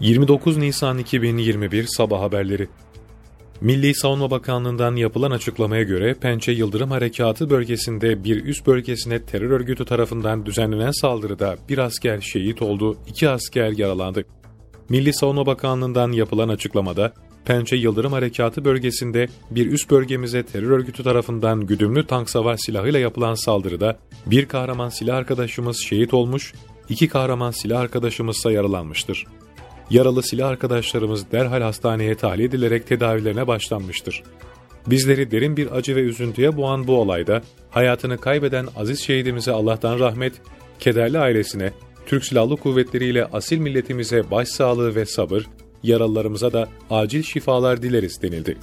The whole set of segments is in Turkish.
29 Nisan 2021 Sabah haberleri. Milli Savunma Bakanlığı'ndan yapılan açıklamaya göre Pençe Yıldırım Harekatı bölgesinde bir üs bölgesine terör örgütü tarafından düzenlenen saldırıda bir asker şehit oldu, 2 asker yaralandı. Milli Savunma Bakanlığı'ndan yapılan açıklamada, Pençe Yıldırım Harekatı bölgesinde bir üs bölgemize terör örgütü tarafından güdümlü tank savar silahıyla yapılan saldırıda bir kahraman silah arkadaşımız şehit olmuş, 2 kahraman silah arkadaşımızsa yaralanmıştır. Yaralı silah arkadaşlarımız derhal hastaneye tahliye edilerek tedavilerine başlanmıştır. Bizleri derin bir acı ve üzüntüye boğan bu olayda hayatını kaybeden aziz şehidimize Allah'tan rahmet, kederli ailesine, Türk Silahlı Kuvvetleri ile asil milletimize başsağlığı ve sabır, yaralılarımıza da acil şifalar dileriz denildi.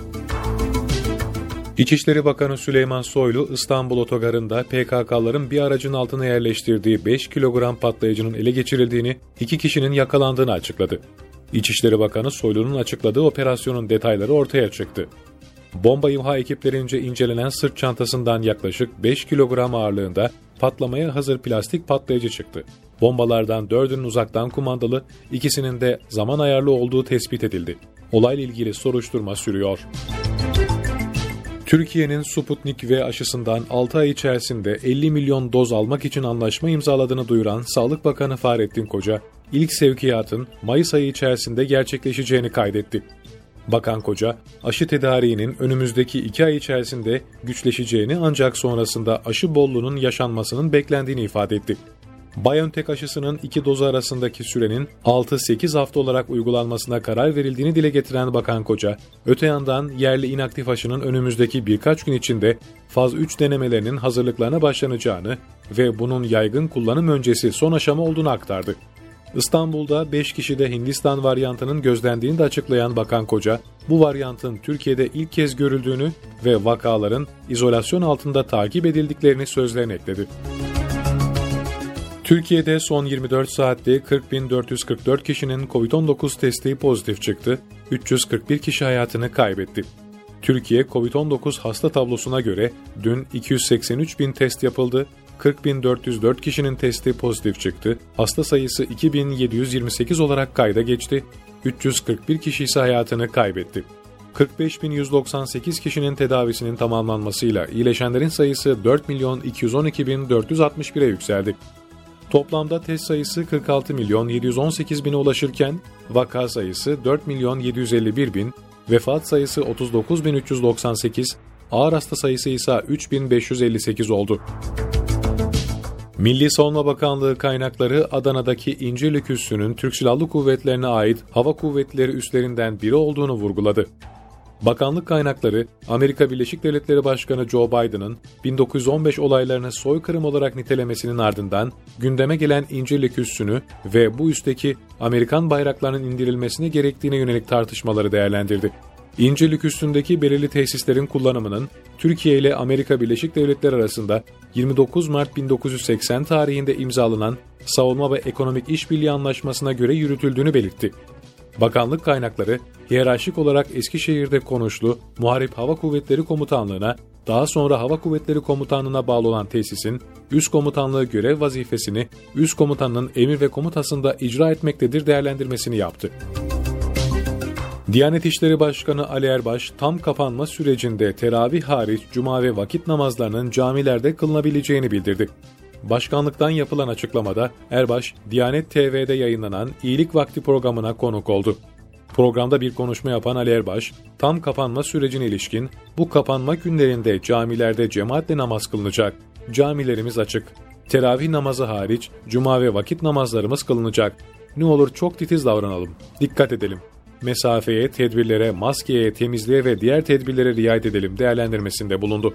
İçişleri Bakanı Süleyman Soylu, İstanbul Otogarı'nda PKK'ların bir aracın altına yerleştirdiği 5 kilogram patlayıcının ele geçirildiğini, 2 kişinin yakalandığını açıkladı. İçişleri Bakanı Soylu'nun açıkladığı operasyonun detayları ortaya çıktı. Bomba imha ekiplerince incelenen sırt çantasından yaklaşık 5 kilogram ağırlığında patlamaya hazır plastik patlayıcı çıktı. Bombalardan 4'ünün uzaktan kumandalı, 2'sinin de zaman ayarlı olduğu tespit edildi. Olayla ilgili soruşturma sürüyor. Türkiye'nin Sputnik V aşısından 6 ay içerisinde 50 milyon doz almak için anlaşma imzaladığını duyuran Sağlık Bakanı Fahrettin Koca, ilk sevkiyatın Mayıs ayı içerisinde gerçekleşeceğini kaydetti. Bakan Koca, aşı tedariğinin önümüzdeki 2 ay içerisinde güçleşeceğini ancak sonrasında aşı bolluğunun yaşanmasının beklendiğini ifade etti. BioNTech aşısının 2 dozu arasındaki sürenin 6-8 hafta olarak uygulanmasına karar verildiğini dile getiren Bakan Koca, öte yandan yerli inaktif aşının önümüzdeki birkaç gün içinde faz 3 denemelerinin hazırlıklarına başlanacağını ve bunun yaygın kullanım öncesi son aşama olduğunu aktardı. İstanbul'da 5 kişide Hindistan varyantının gözlendiğini de açıklayan Bakan Koca, bu varyantın Türkiye'de ilk kez görüldüğünü ve vakaların izolasyon altında takip edildiklerini sözlerine ekledi. Türkiye'de son 24 saatte 40.444 kişinin COVID-19 testi pozitif çıktı, 341 kişi hayatını kaybetti. Türkiye COVID-19 hasta tablosuna göre dün 283.000 test yapıldı, 40.404 kişinin testi pozitif çıktı, hasta sayısı 2.728 olarak kayda geçti, 341 kişi ise hayatını kaybetti. 45.198 kişinin tedavisinin tamamlanmasıyla iyileşenlerin sayısı 4.212.461'e yükseldi. Toplamda test sayısı 46.718.000'e ulaşırken vaka sayısı 4.751.000, vefat sayısı 39.398, ağır hasta sayısı ise 3.558 oldu. Milli Savunma Bakanlığı kaynakları Adana'daki İncirlik üssünün Türk Silahlı Kuvvetlerine ait hava kuvvetleri üslerinden biri olduğunu vurguladı. Bakanlık kaynakları, Amerika Birleşik Devletleri Başkanı Joe Biden'ın 1915 olaylarını soykırım olarak nitelemesinin ardından gündeme gelen İncirlik üssünü ve bu üsteki Amerikan bayraklarının indirilmesine gerektiğine yönelik tartışmaları değerlendirdi. İncirlik üssündeki belirli tesislerin kullanımının Türkiye ile Amerika Birleşik Devletleri arasında 29 Mart 1980 tarihinde imzalanan Savunma ve Ekonomik İşbirliği Anlaşması'na göre yürütüldüğünü belirtti. Bakanlık kaynakları, hiyerarşik olarak Eskişehir'de Konuşlu Muharip Hava Kuvvetleri Komutanlığı'na, daha sonra Hava Kuvvetleri Komutanlığı'na bağlı olan tesisin, üst komutanlığı görev vazifesini üst komutanının emir ve komutasında icra etmektedir değerlendirmesini yaptı. Diyanet İşleri Başkanı Ali Erbaş, tam kapanma sürecinde teravih hariç cuma ve vakit namazlarının camilerde kılınabileceğini bildirdi. Başkanlıktan yapılan açıklamada Erbaş, Diyanet TV'de yayınlanan İyilik Vakti programına konuk oldu. Programda bir konuşma yapan Ali Erbaş, tam kapanma sürecine ilişkin bu kapanma günlerinde camilerde cemaatle namaz kılınacak, camilerimiz açık, teravih namazı hariç cuma ve vakit namazlarımız kılınacak, ne olur çok titiz davranalım, dikkat edelim, mesafeye, tedbirlere, maskeye, temizliğe ve diğer tedbirlere riayet edelim değerlendirmesinde bulundu.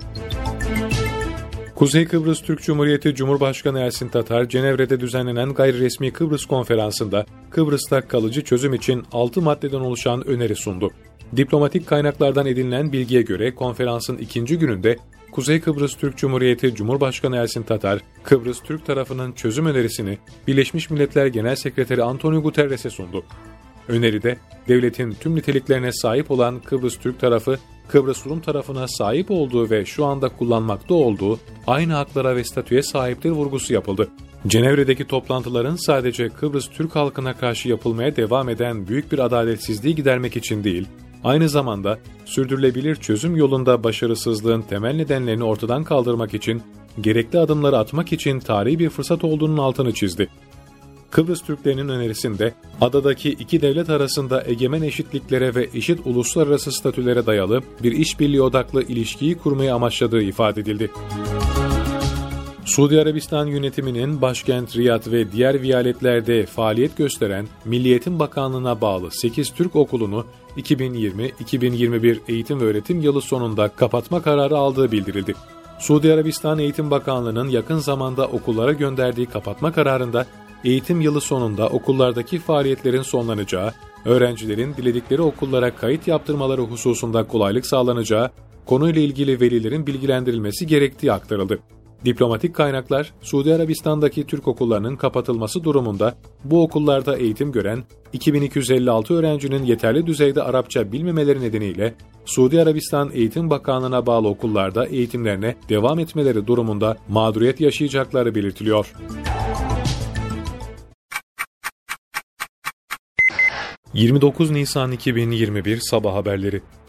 Kuzey Kıbrıs Türk Cumhuriyeti Cumhurbaşkanı Ersin Tatar, Cenevre'de düzenlenen gayriresmi Kıbrıs konferansında Kıbrıs'ta kalıcı çözüm için 6 maddeden oluşan öneri sundu. Diplomatik kaynaklardan edinilen bilgiye göre konferansın ikinci gününde Kuzey Kıbrıs Türk Cumhuriyeti Cumhurbaşkanı Ersin Tatar, Kıbrıs Türk tarafının çözüm önerisini Birleşmiş Milletler Genel Sekreteri Antonio Guterres'e sundu. Öneride, devletin tüm niteliklerine sahip olan Kıbrıs Türk tarafı, Kıbrıs Rum tarafına sahip olduğu ve şu anda kullanmakta olduğu aynı haklara ve statüye sahiptir vurgusu yapıldı. Cenevre'deki toplantıların sadece Kıbrıs Türk halkına karşı yapılmaya devam eden büyük bir adaletsizliği gidermek için değil, aynı zamanda sürdürülebilir çözüm yolunda başarısızlığın temel nedenlerini ortadan kaldırmak için, gerekli adımları atmak için tarihi bir fırsat olduğunun altını çizdi. Kıbrıs Türklerinin önerisinde, adadaki iki devlet arasında egemen eşitliklere ve eşit uluslararası statülere dayalı bir işbirliği odaklı ilişkiyi kurmayı amaçladığı ifade edildi. Suudi Arabistan yönetiminin başkent Riyad ve diğer viyaletlerde faaliyet gösteren Milli Eğitim Bakanlığı'na bağlı 8 Türk okulunu 2020-2021 eğitim ve öğretim yılı sonunda kapatma kararı aldığı bildirildi. Suudi Arabistan Eğitim Bakanlığı'nın yakın zamanda okullara gönderdiği kapatma kararında eğitim yılı sonunda okullardaki faaliyetlerin sonlanacağı, öğrencilerin diledikleri okullara kayıt yaptırmaları hususunda kolaylık sağlanacağı, konuyla ilgili velilerin bilgilendirilmesi gerektiği aktarıldı. Diplomatik kaynaklar, Suudi Arabistan'daki Türk okullarının kapatılması durumunda bu okullarda eğitim gören 2256 öğrencinin yeterli düzeyde Arapça bilmemeleri nedeniyle Suudi Arabistan Eğitim Bakanlığı'na bağlı okullarda eğitimlerine devam etmeleri durumunda mağduriyet yaşayacakları belirtiliyor. 29 Nisan 2021 Sabah haberleri.